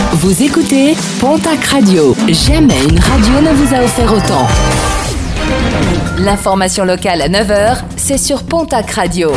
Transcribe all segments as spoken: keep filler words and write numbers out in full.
Vous écoutez Pontac Radio. Jamais une radio ne vous a offert autant. L'information locale à neuf heures, c'est sur Pontac Radio.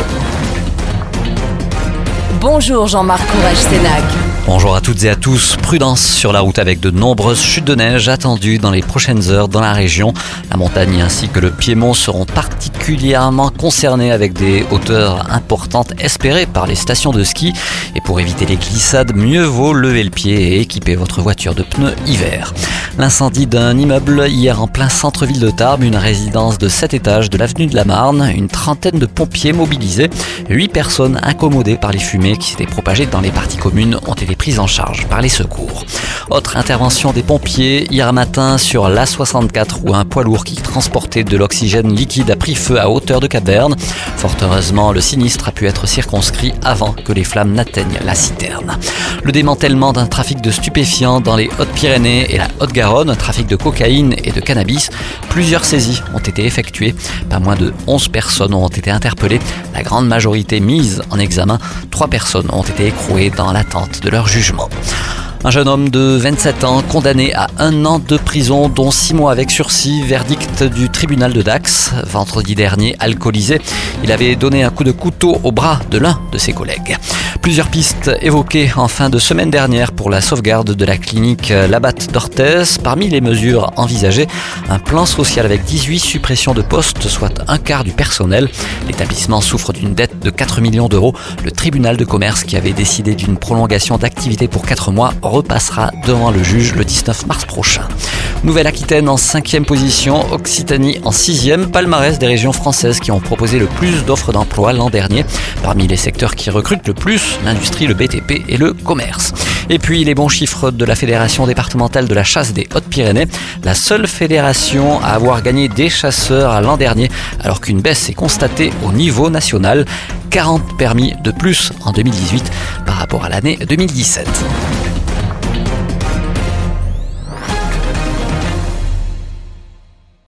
Bonjour Jean-Marc Courage-Sénac. Bonjour à toutes et à tous. Prudence sur la route avec de nombreuses chutes de neige attendues dans les prochaines heures dans la région. La montagne ainsi que le Piémont seront particulièrement concernés avec des hauteurs importantes espérées par les stations de ski. Et pour éviter les glissades, mieux vaut lever le pied et équiper votre voiture de pneus hiver. L'incendie d'un immeuble hier en plein centre-ville de Tarbes, une résidence de sept étages de l'avenue de la Marne, une trentaine de pompiers mobilisés, huit personnes incommodées par les fumées qui s'étaient propagées dans les parties communes ont été prises en charge par les secours. Autre intervention des pompiers hier matin sur l'A soixante-quatre où un poids lourd qui transportait de l'oxygène liquide a pris feu à hauteur de Cap-Verne. Fort heureusement, le sinistre a pu être circonscrit avant que les flammes n'atteignent la citerne. Le démantèlement d'un trafic de stupéfiants dans les Hautes-Pyrénées et la Haute-Garonne, un trafic de cocaïne et de cannabis. Plusieurs saisies ont été effectuées. Pas moins de onze personnes ont été interpellées. La grande majorité mise en examen. Trois personnes ont été écrouées dans l'attente de leur jugement. Un jeune homme de vingt-sept ans condamné à un an de prison, dont six mois avec sursis, verdict du tribunal de Dax. Vendredi dernier, alcoolisé, il avait donné un coup de couteau au bras de l'un de ses collègues. Plusieurs pistes évoquées en fin de semaine dernière pour la sauvegarde de la clinique Labatte d'Orthez. Parmi les mesures envisagées, un plan social avec dix-huit suppressions de postes, soit un quart du personnel. L'établissement souffre d'une dette de quatre millions d'euros. Le tribunal de commerce, qui avait décidé d'une prolongation d'activité pour quatre mois, repassera devant le juge le dix-neuf mars prochain. Nouvelle-Aquitaine en cinquième position, Occitanie en sixième, palmarès des régions françaises qui ont proposé le plus d'offres d'emploi l'an dernier. Parmi les secteurs qui recrutent le plus, l'industrie, le B T P et le commerce. Et puis les bons chiffres de la Fédération départementale de la chasse des Hautes-Pyrénées, la seule fédération à avoir gagné des chasseurs l'an dernier, alors qu'une baisse est constatée au niveau national. quarante permis de plus en deux mille dix-huit par rapport à l'année deux mille dix-sept.